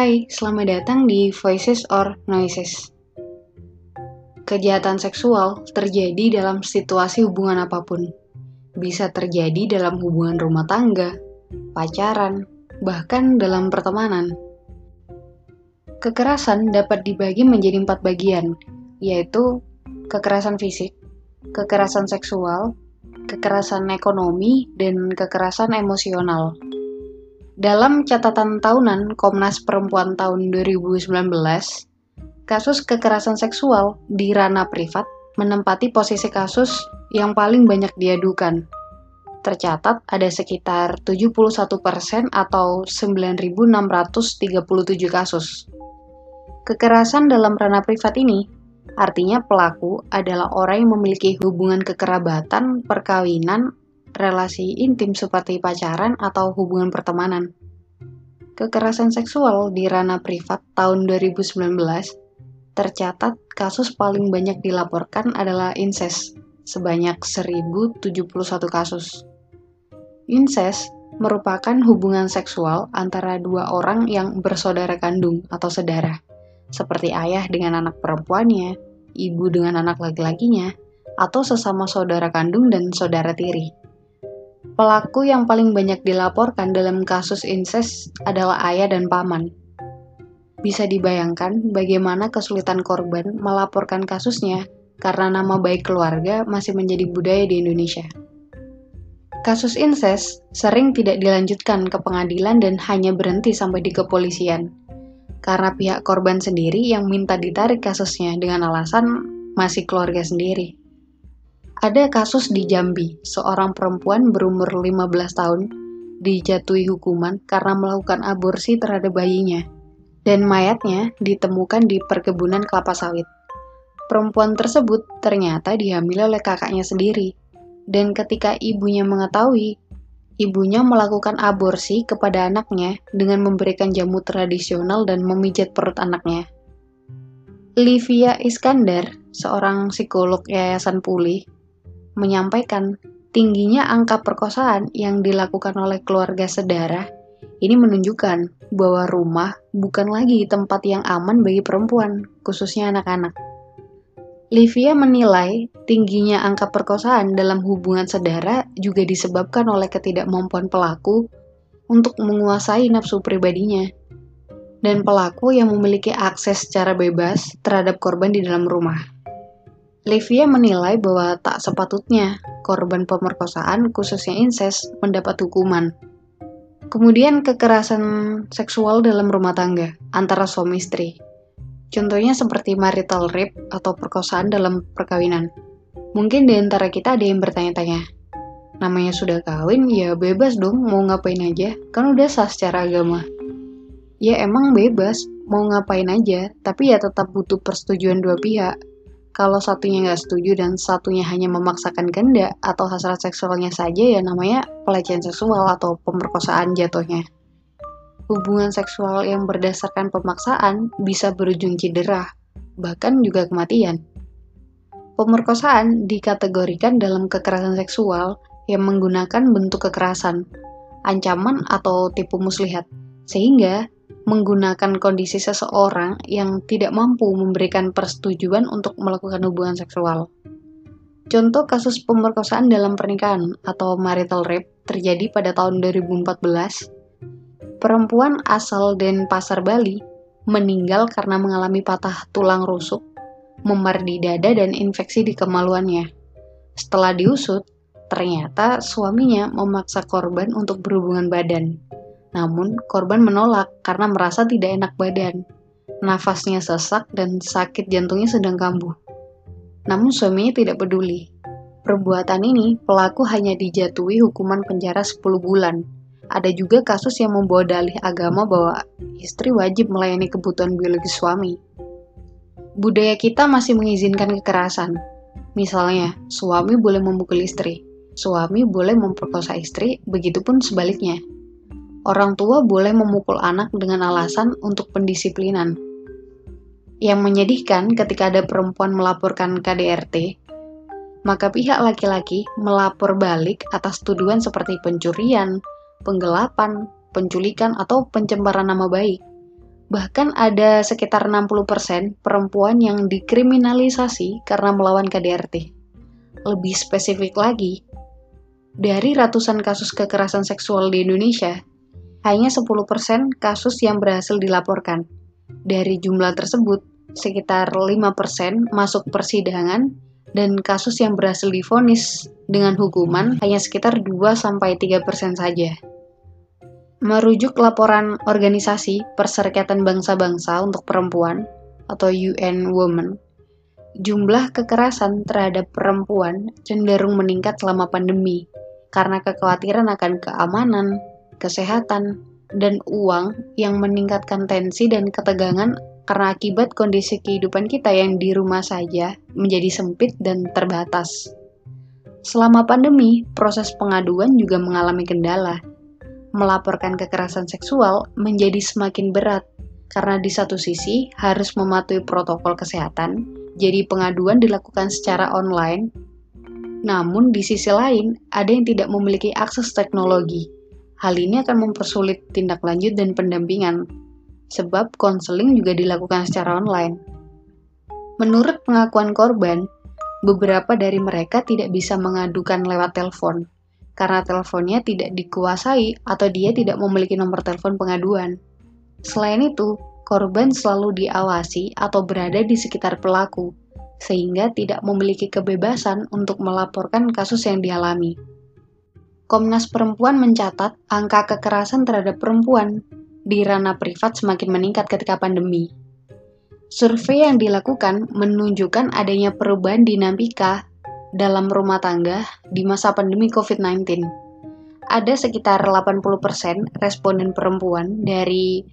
Hai, selamat datang di Voices or Noises. Kejahatan seksual terjadi dalam situasi hubungan apapun. Bisa terjadi dalam hubungan rumah tangga, pacaran, bahkan dalam pertemanan. Kekerasan dapat dibagi menjadi 4 bagian, yaitu kekerasan fisik, kekerasan seksual, kekerasan ekonomi, dan kekerasan emosional. Dalam catatan tahunan Komnas Perempuan tahun 2019, kasus kekerasan seksual di ranah privat menempati posisi kasus yang paling banyak diadukan. Tercatat ada sekitar 71% atau 9.637 kasus. Kekerasan dalam ranah privat ini artinya pelaku adalah orang yang memiliki hubungan kekerabatan, perkawinan, relasi intim seperti pacaran atau hubungan pertemanan. Kekerasan seksual di ranah privat tahun 2019 tercatat kasus paling banyak dilaporkan adalah incest, sebanyak 1.071 kasus. Incest merupakan hubungan seksual antara dua orang yang bersaudara kandung atau sedara, seperti ayah dengan anak perempuannya, ibu dengan anak laki-lakinya, atau sesama saudara kandung dan saudara tiri. Pelaku yang paling banyak dilaporkan dalam kasus incest adalah ayah dan paman. Bisa dibayangkan bagaimana kesulitan korban melaporkan kasusnya karena nama baik keluarga masih menjadi budaya di Indonesia. Kasus incest sering tidak dilanjutkan ke pengadilan dan hanya berhenti sampai di kepolisian, karena pihak korban sendiri yang minta ditarik kasusnya dengan alasan masih keluarga sendiri. Ada kasus di Jambi, seorang perempuan berumur 15 tahun dijatuhi hukuman karena melakukan aborsi terhadap bayinya, dan mayatnya ditemukan di perkebunan kelapa sawit. Perempuan tersebut ternyata dihamili oleh kakaknya sendiri, dan ketika ibunya mengetahui, ibunya melakukan aborsi kepada anaknya dengan memberikan jamu tradisional dan memijat perut anaknya. Livia Iskandar, seorang psikolog Yayasan Pulih, menyampaikan tingginya angka perkosaan yang dilakukan oleh keluarga sedara ini menunjukkan bahwa rumah bukan lagi tempat yang aman bagi perempuan, khususnya anak-anak. Livia menilai tingginya angka perkosaan dalam hubungan sedara juga disebabkan oleh ketidakmampuan pelaku untuk menguasai nafsu pribadinya, dan pelaku yang memiliki akses secara bebas terhadap korban di dalam rumah. Livia menilai bahwa tak sepatutnya korban pemerkosaan, khususnya incest, mendapat hukuman. Kemudian kekerasan seksual dalam rumah tangga antara suami istri. Contohnya seperti marital rape atau perkosaan dalam perkawinan. Mungkin di antara kita ada yang bertanya-tanya, namanya sudah kawin, ya bebas dong mau ngapain aja, kan udah sah secara agama. Ya emang bebas, mau ngapain aja, tapi ya tetap butuh persetujuan dua pihak. Kalau satunya nggak setuju dan satunya hanya memaksakan kehendak atau hasrat seksualnya saja, ya namanya pelecehan seksual atau pemerkosaan jatuhnya. Hubungan seksual yang berdasarkan pemaksaan bisa berujung cedera, bahkan juga kematian. Pemerkosaan dikategorikan dalam kekerasan seksual yang menggunakan bentuk kekerasan, ancaman atau tipu muslihat, sehingga menggunakan kondisi seseorang yang tidak mampu memberikan persetujuan untuk melakukan hubungan seksual. Contoh kasus pemerkosaan dalam pernikahan atau marital rape terjadi pada tahun 2014. Perempuan asal Denpasar, Bali, meninggal karena mengalami patah tulang rusuk, memar di dada, dan infeksi di kemaluannya. Setelah diusut, ternyata suaminya memaksa korban untuk berhubungan badan. Namun, korban menolak karena merasa tidak enak badan. Nafasnya sesak dan sakit jantungnya sedang kambuh. Namun suaminya tidak peduli. Perbuatan ini, pelaku hanya dijatuhi hukuman penjara 10 bulan. Ada juga kasus yang membawa dalih agama bahwa istri wajib melayani kebutuhan biologis suami. Budaya kita masih mengizinkan kekerasan. Misalnya, suami boleh memukul istri, suami boleh memperkosa istri, begitupun sebaliknya. Orang tua boleh memukul anak dengan alasan untuk pendisiplinan. Yang menyedihkan ketika ada perempuan melaporkan KDRT, maka pihak laki-laki melapor balik atas tuduhan seperti pencurian, penggelapan, penculikan, atau pencemaran nama baik. Bahkan ada sekitar 60% perempuan yang dikriminalisasi karena melawan KDRT. Lebih spesifik lagi, dari ratusan kasus kekerasan seksual di Indonesia, hanya 10% kasus yang berhasil dilaporkan. Dari jumlah tersebut, sekitar 5% masuk persidangan dan kasus yang berhasil divonis dengan hukuman hanya sekitar 2-3% saja. Merujuk laporan Organisasi Perserikatan Bangsa-Bangsa untuk Perempuan atau UN Women, jumlah kekerasan terhadap perempuan cenderung meningkat selama pandemi karena kekhawatiran akan keamanan, kesehatan, dan uang yang meningkatkan tensi dan ketegangan karena akibat kondisi kehidupan kita yang di rumah saja menjadi sempit dan terbatas. Selama pandemi, proses pengaduan juga mengalami kendala. Melaporkan kekerasan seksual menjadi semakin berat karena di satu sisi harus mematuhi protokol kesehatan, jadi pengaduan dilakukan secara online. Namun di sisi lain, ada yang tidak memiliki akses teknologi. Hal ini akan mempersulit tindak lanjut dan pendampingan, sebab konseling juga dilakukan secara online. Menurut pengakuan korban, beberapa dari mereka tidak bisa mengadukan lewat telepon, karena teleponnya tidak dikuasai atau dia tidak memiliki nomor telepon pengaduan. Selain itu, korban selalu diawasi atau berada di sekitar pelaku, sehingga tidak memiliki kebebasan untuk melaporkan kasus yang dialami. Komnas Perempuan mencatat angka kekerasan terhadap perempuan di ranah privat semakin meningkat ketika pandemi. Survei yang dilakukan menunjukkan adanya perubahan dinamika dalam rumah tangga di masa pandemi COVID-19. Ada sekitar 80% responden perempuan dari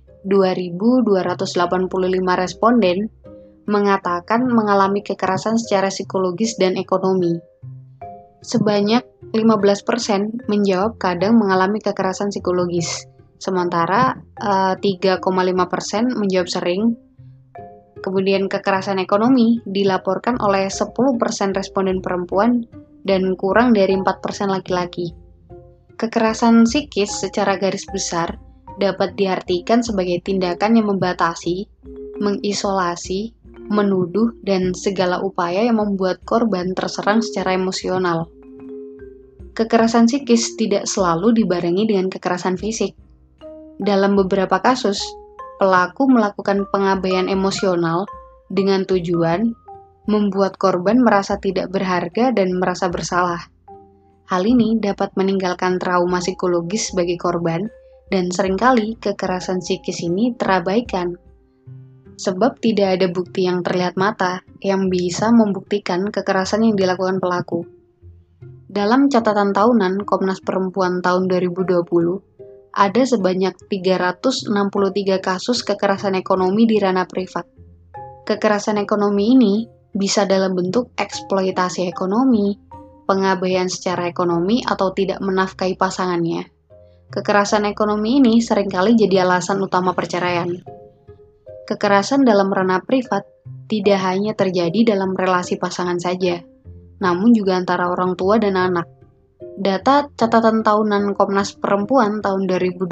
2.285 responden mengatakan mengalami kekerasan secara psikologis dan ekonomi. Sebanyak 15% menjawab kadang mengalami kekerasan psikologis, sementara 3,5% menjawab sering. Kemudian kekerasan ekonomi dilaporkan oleh 10% responden perempuan dan kurang dari 4% laki-laki. Kekerasan psikis secara garis besar dapat diartikan sebagai tindakan yang membatasi, mengisolasi, menuduh, dan segala upaya yang membuat korban terserang secara emosional. Kekerasan psikis tidak selalu dibarengi dengan kekerasan fisik. Dalam beberapa kasus, pelaku melakukan pengabaian emosional dengan tujuan membuat korban merasa tidak berharga dan merasa bersalah. Hal ini dapat meninggalkan trauma psikologis bagi korban, dan seringkali kekerasan psikis ini terabaikan. Sebab tidak ada bukti yang terlihat mata yang bisa membuktikan kekerasan yang dilakukan pelaku. Dalam catatan tahunan Komnas Perempuan tahun 2020, ada sebanyak 363 kasus kekerasan ekonomi di ranah privat. Kekerasan ekonomi ini bisa dalam bentuk eksploitasi ekonomi, pengabaian secara ekonomi, atau tidak menafkahi pasangannya. Kekerasan ekonomi ini seringkali jadi alasan utama perceraian. Kekerasan dalam ranah privat tidak hanya terjadi dalam relasi pasangan saja, namun juga antara orang tua dan anak. Data catatan tahunan Komnas Perempuan tahun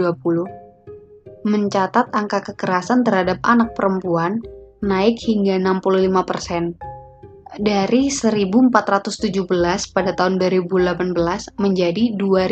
2020 mencatat angka kekerasan terhadap anak perempuan naik hingga 65%. Dari 1.417 pada tahun 2018 menjadi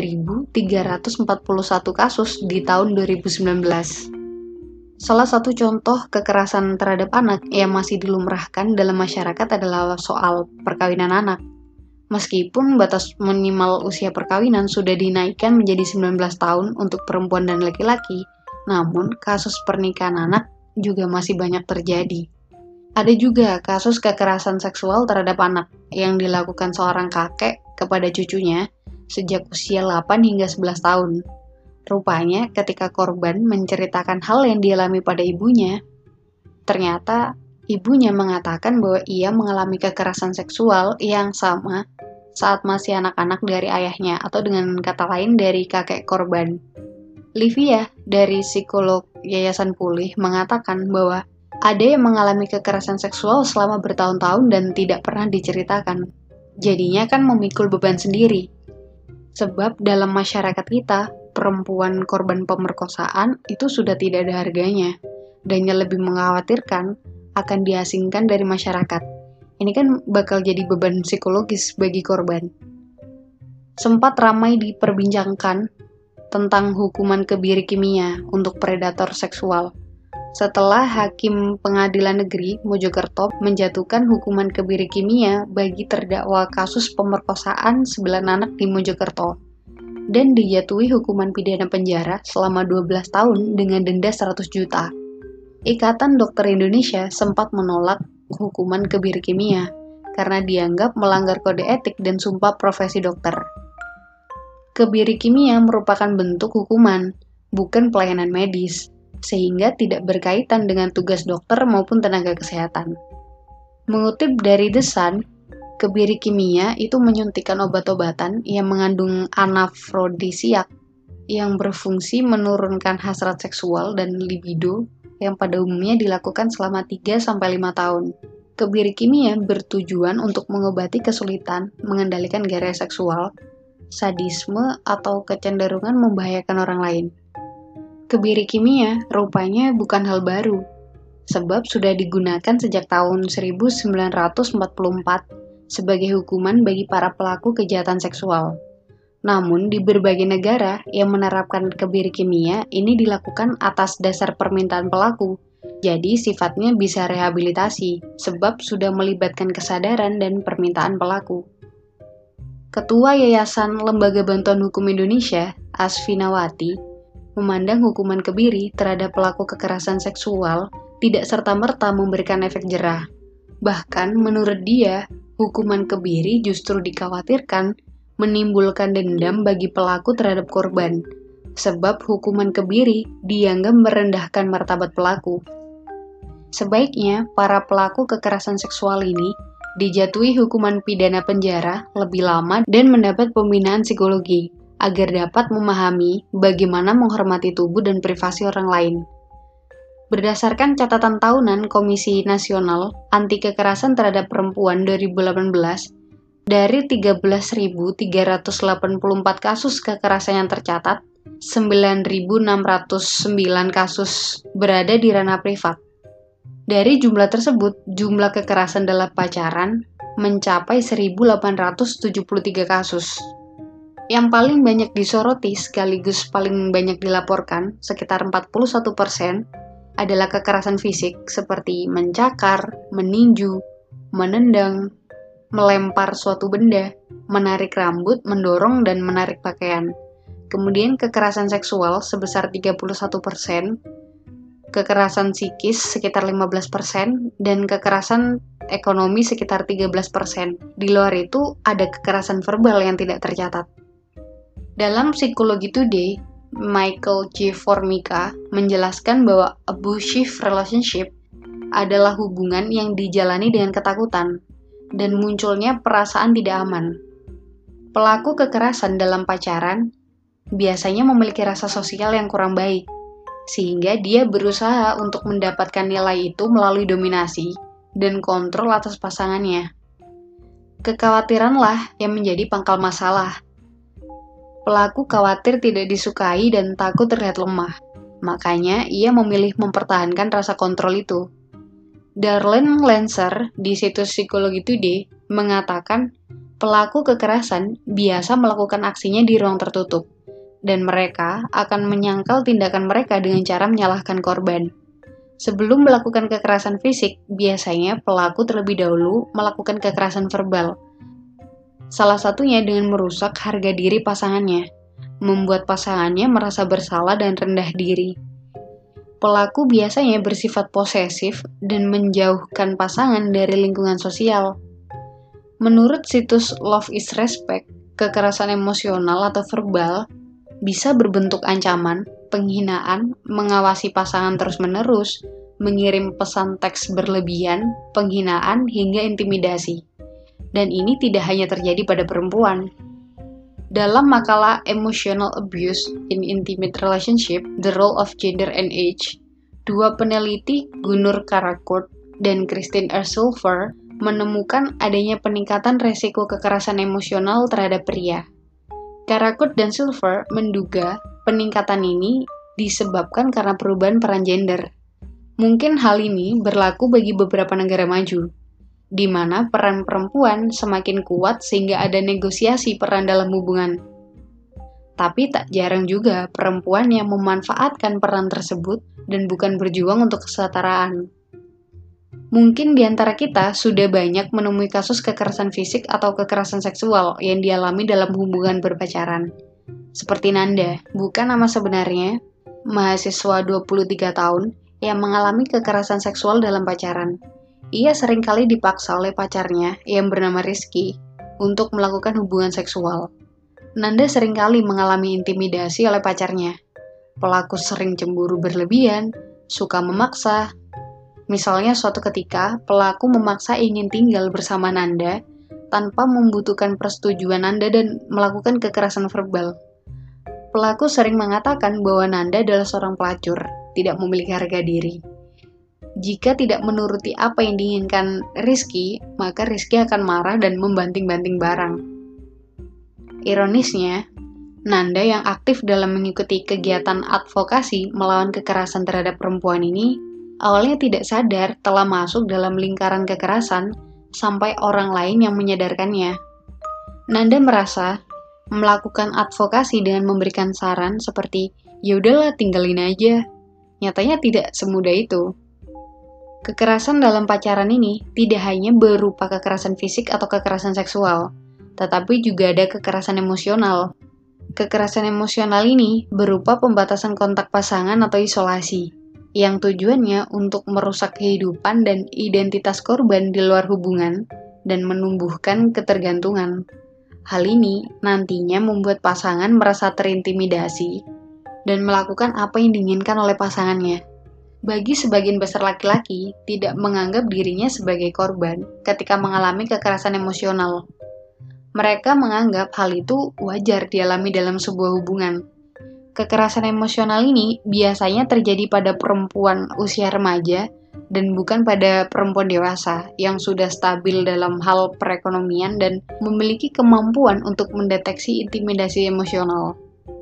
2.341 kasus di tahun 2019. Salah satu contoh kekerasan terhadap anak yang masih dilumrahkan dalam masyarakat adalah soal perkawinan anak. Meskipun batas minimal usia perkawinan sudah dinaikkan menjadi 19 tahun untuk perempuan dan laki-laki, namun kasus pernikahan anak juga masih banyak terjadi. Ada juga kasus kekerasan seksual terhadap anak yang dilakukan seorang kakek kepada cucunya sejak usia 8 hingga 11 tahun. Rupanya ketika korban menceritakan hal yang dialami pada ibunya, ternyata ibunya mengatakan bahwa ia mengalami kekerasan seksual yang sama saat masih anak-anak dari ayahnya, atau dengan kata lain dari kakek korban. Livia dari psikolog Yayasan Pulih mengatakan bahwa ada yang mengalami kekerasan seksual selama bertahun-tahun dan tidak pernah diceritakan. Jadinya kan memikul beban sendiri. Sebab dalam masyarakat kita, perempuan korban pemerkosaan itu sudah tidak ada harganya. dan yang lebih mengkhawatirkan akan diasingkan dari masyarakat. Ini kan bakal jadi beban psikologis bagi korban. Sempat ramai diperbincangkan tentang hukuman kebiri kimia untuk predator seksual. Setelah Hakim Pengadilan Negeri Mojokerto menjatuhkan hukuman kebiri kimia bagi terdakwa kasus pemerkosaan 9 anak di Mojokerto dan dijatuhi hukuman pidana penjara selama 12 tahun dengan denda 100 juta. Ikatan Dokter Indonesia sempat menolak hukuman kebiri kimia karena dianggap melanggar kode etik dan sumpah profesi dokter. Kebiri kimia merupakan bentuk hukuman, bukan pelayanan medis, sehingga tidak berkaitan dengan tugas dokter maupun tenaga kesehatan. Mengutip dari The Sun, kebiri kimia itu menyuntikkan obat-obatan yang mengandung anafrodisiak yang berfungsi menurunkan hasrat seksual dan libido yang pada umumnya dilakukan selama 3-5 tahun. Kebiri kimia bertujuan untuk mengobati kesulitan mengendalikan gairah seksual, sadisme, atau kecenderungan membahayakan orang lain. Kebiri kimia rupanya bukan hal baru, sebab sudah digunakan sejak tahun 1944 sebagai hukuman bagi para pelaku kejahatan seksual. Namun, di berbagai negara yang menerapkan kebiri kimia ini dilakukan atas dasar permintaan pelaku, jadi sifatnya bisa rehabilitasi, sebab sudah melibatkan kesadaran dan permintaan pelaku. Ketua Yayasan Lembaga Bantuan Hukum Indonesia, Asfinawati, memandang hukuman kebiri terhadap pelaku kekerasan seksual tidak serta-merta memberikan efek jerah. Bahkan menurut dia, hukuman kebiri justru dikhawatirkan menimbulkan dendam bagi pelaku terhadap korban, sebab hukuman kebiri dianggap merendahkan martabat pelaku. Sebaiknya, para pelaku kekerasan seksual ini dijatuhi hukuman pidana penjara lebih lama dan mendapat pembinaan psikologi, agar dapat memahami bagaimana menghormati tubuh dan privasi orang lain. Berdasarkan catatan tahunan Komisi Nasional Anti Kekerasan Terhadap Perempuan 2018, dari 13.384 kasus kekerasan yang tercatat, 9.609 kasus berada di ranah privat. Dari jumlah tersebut, jumlah kekerasan dalam pacaran mencapai 1.873 kasus. Yang paling banyak disoroti sekaligus paling banyak dilaporkan, sekitar 41%, adalah kekerasan fisik seperti mencakar, meninju, menendang, melempar suatu benda, menarik rambut, mendorong, dan menarik pakaian. Kemudian kekerasan seksual sebesar 31%, kekerasan psikis sekitar 15%, dan kekerasan ekonomi sekitar 13%. Di luar itu ada kekerasan verbal yang tidak tercatat. Dalam Psikologi Today, Michael J. Formica menjelaskan bahwa abusive relationship adalah hubungan yang dijalani dengan ketakutan dan munculnya perasaan tidak aman. Pelaku kekerasan dalam pacaran biasanya memiliki rasa sosial yang kurang baik, sehingga dia berusaha untuk mendapatkan nilai itu melalui dominasi dan kontrol atas pasangannya. Kekhawatiranlah yang menjadi pangkal masalah. Pelaku khawatir tidak disukai dan takut terlihat lemah, makanya ia memilih mempertahankan rasa kontrol itu. Darlene Lancer di situs Psikologi Today mengatakan pelaku kekerasan biasa melakukan aksinya di ruang tertutup, dan mereka akan menyangkal tindakan mereka dengan cara menyalahkan korban. Sebelum melakukan kekerasan fisik, biasanya pelaku terlebih dahulu melakukan kekerasan verbal. Salah satunya dengan merusak harga diri pasangannya, membuat pasangannya merasa bersalah dan rendah diri. Pelaku biasanya bersifat posesif dan menjauhkan pasangan dari lingkungan sosial. Menurut situs Love is Respect, kekerasan emosional atau verbal bisa berbentuk ancaman, penghinaan, mengawasi pasangan terus-menerus, mengirim pesan teks berlebihan, penghinaan, hingga intimidasi. Dan ini tidak hanya terjadi pada perempuan. Dalam makalah Emotional Abuse in Intimate Relationship, The Role of Gender and Age, dua peneliti Gunnar Karakurt dan Christine R. Silver menemukan adanya peningkatan resiko kekerasan emosional terhadap pria. Karakurt dan Silver menduga peningkatan ini disebabkan karena perubahan peran gender. Mungkin hal ini berlaku bagi beberapa negara maju, di mana peran perempuan semakin kuat sehingga ada negosiasi peran dalam hubungan. Tapi tak jarang juga perempuan yang memanfaatkan peran tersebut dan bukan berjuang untuk kesetaraan. Mungkin di antara kita sudah banyak menemui kasus kekerasan fisik atau kekerasan seksual yang dialami dalam hubungan berpacaran. Seperti Nanda, bukan nama sebenarnya, mahasiswa 23 tahun yang mengalami kekerasan seksual dalam pacaran. Ia seringkali dipaksa oleh pacarnya yang bernama Rizky untuk melakukan hubungan seksual. Nanda seringkali mengalami intimidasi oleh pacarnya. Pelaku sering cemburu berlebihan, suka memaksa. Misalnya suatu ketika, pelaku memaksa ingin tinggal bersama Nanda tanpa membutuhkan persetujuan Nanda dan melakukan kekerasan verbal. Pelaku sering mengatakan bahwa Nanda adalah seorang pelacur, tidak memiliki harga diri. Jika tidak menuruti apa yang diinginkan Rizky, maka Rizky akan marah dan membanting-banting barang. Ironisnya, Nanda yang aktif dalam mengikuti kegiatan advokasi melawan kekerasan terhadap perempuan ini, awalnya tidak sadar telah masuk dalam lingkaran kekerasan sampai orang lain yang menyadarkannya. Nanda merasa melakukan advokasi dengan memberikan saran seperti, ya udahlah tinggalin aja. Nyatanya tidak semudah itu. Kekerasan dalam pacaran ini tidak hanya berupa kekerasan fisik atau kekerasan seksual, tetapi juga ada kekerasan emosional. Kekerasan emosional ini berupa pembatasan kontak pasangan atau isolasi, yang tujuannya untuk merusak kehidupan dan identitas korban di luar hubungan dan menumbuhkan ketergantungan. Hal ini nantinya membuat pasangan merasa terintimidasi dan melakukan apa yang diinginkan oleh pasangannya. Bagi sebagian besar laki-laki, tidak menganggap dirinya sebagai korban ketika mengalami kekerasan emosional. Mereka menganggap hal itu wajar dialami dalam sebuah hubungan. Kekerasan emosional ini biasanya terjadi pada perempuan usia remaja dan bukan pada perempuan dewasa yang sudah stabil dalam hal perekonomian dan memiliki kemampuan untuk mendeteksi intimidasi emosional.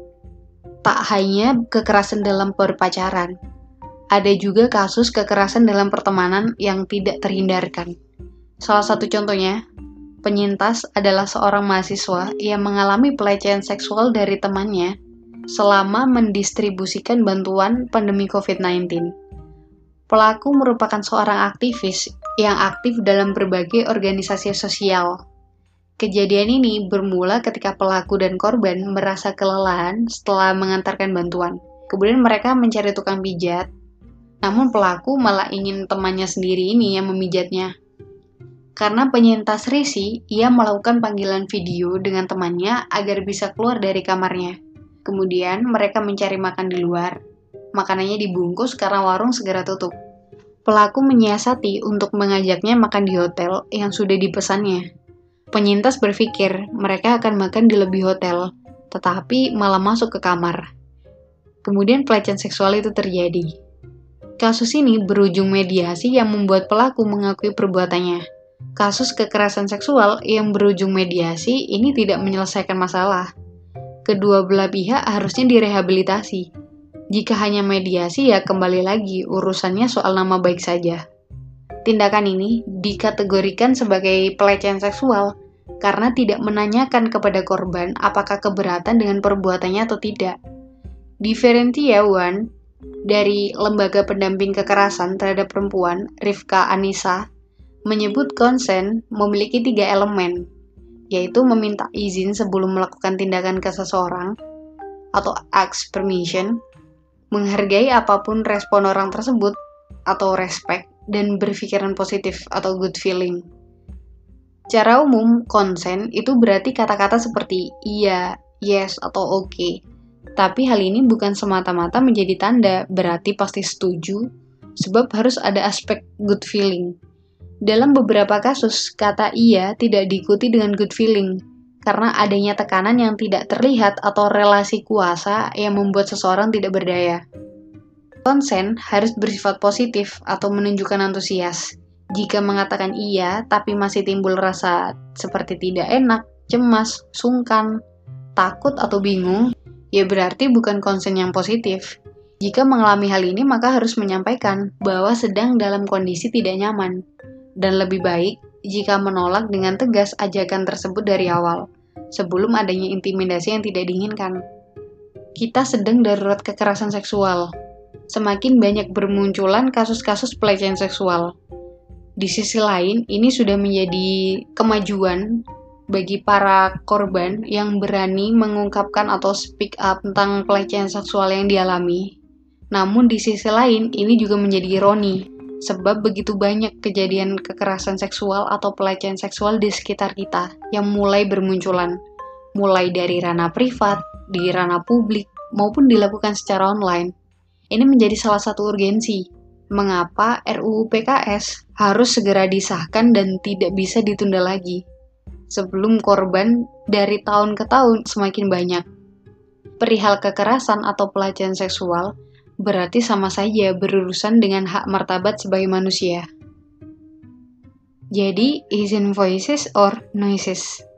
Tak hanya kekerasan dalam berpacaran, ada juga kasus kekerasan dalam pertemanan yang tidak terhindarkan. Salah satu contohnya, penyintas adalah seorang mahasiswa yang mengalami pelecehan seksual dari temannya selama mendistribusikan bantuan pandemi COVID-19. Pelaku merupakan seorang aktivis yang aktif dalam berbagai organisasi sosial. Kejadian ini bermula ketika pelaku dan korban merasa kelelahan setelah mengantarkan bantuan. Kemudian mereka mencari tukang pijat, namun pelaku malah ingin temannya sendiri ini yang memijatnya. Karena penyintas risih, ia melakukan panggilan video dengan temannya agar bisa keluar dari kamarnya. Kemudian mereka mencari makan di luar. Makanannya dibungkus karena warung segera tutup. Pelaku menyiasati untuk mengajaknya makan di hotel yang sudah dipesannya. Penyintas berpikir mereka akan makan di lobi hotel, tetapi malah masuk ke kamar. Kemudian pelecehan seksual itu terjadi. Kasus ini berujung mediasi yang membuat pelaku mengakui perbuatannya. Kasus kekerasan seksual yang berujung mediasi ini tidak menyelesaikan masalah. Kedua belah pihak harusnya direhabilitasi. Jika hanya mediasi ya kembali lagi urusannya soal nama baik saja. Tindakan ini dikategorikan sebagai pelecehan seksual karena tidak menanyakan kepada korban apakah keberatan dengan perbuatannya atau tidak. Diferentia Wan dari Lembaga Pendamping Kekerasan Terhadap Perempuan, Rifka Anissa, menyebut konsen memiliki 3 elemen, yaitu meminta izin sebelum melakukan tindakan ke seseorang, atau ask permission, menghargai apapun respon orang tersebut, atau respect, dan berpikiran positif, atau good feeling. Secara umum, konsen itu berarti kata-kata seperti iya, yes, atau oke. Tapi hal ini bukan semata-mata menjadi tanda berarti pasti setuju, sebab harus ada aspek good feeling. Dalam beberapa kasus, kata iya tidak diikuti dengan good feeling, karena adanya tekanan yang tidak terlihat atau relasi kuasa yang membuat seseorang tidak berdaya. Konsen harus bersifat positif atau menunjukkan antusias. Jika mengatakan iya, tapi masih timbul rasa seperti tidak enak, cemas, sungkan, takut, atau bingung, ya berarti bukan konsen yang positif. Jika mengalami hal ini, maka harus menyampaikan bahwa sedang dalam kondisi tidak nyaman, dan lebih baik jika menolak dengan tegas ajakan tersebut dari awal, sebelum adanya intimidasi yang tidak diinginkan. Kita sedang darurat kekerasan seksual. Semakin banyak bermunculan kasus-kasus pelecehan seksual. Di sisi lain, ini sudah menjadi kemajuan bagi para korban yang berani mengungkapkan atau speak up tentang pelecehan seksual yang dialami. Namun di sisi lain, ini juga menjadi ironi, sebab begitu banyak kejadian kekerasan seksual atau pelecehan seksual di sekitar kita yang mulai bermunculan, mulai dari ranah privat, di ranah publik, maupun dilakukan secara online. Ini menjadi salah satu urgensi mengapa RUU PKS harus segera disahkan dan tidak bisa ditunda lagi, sebelum korban dari tahun ke tahun semakin banyak. Perihal kekerasan atau pelecehan seksual berarti sama saja berurusan dengan hak martabat sebagai manusia. Jadi, is in voices or noises?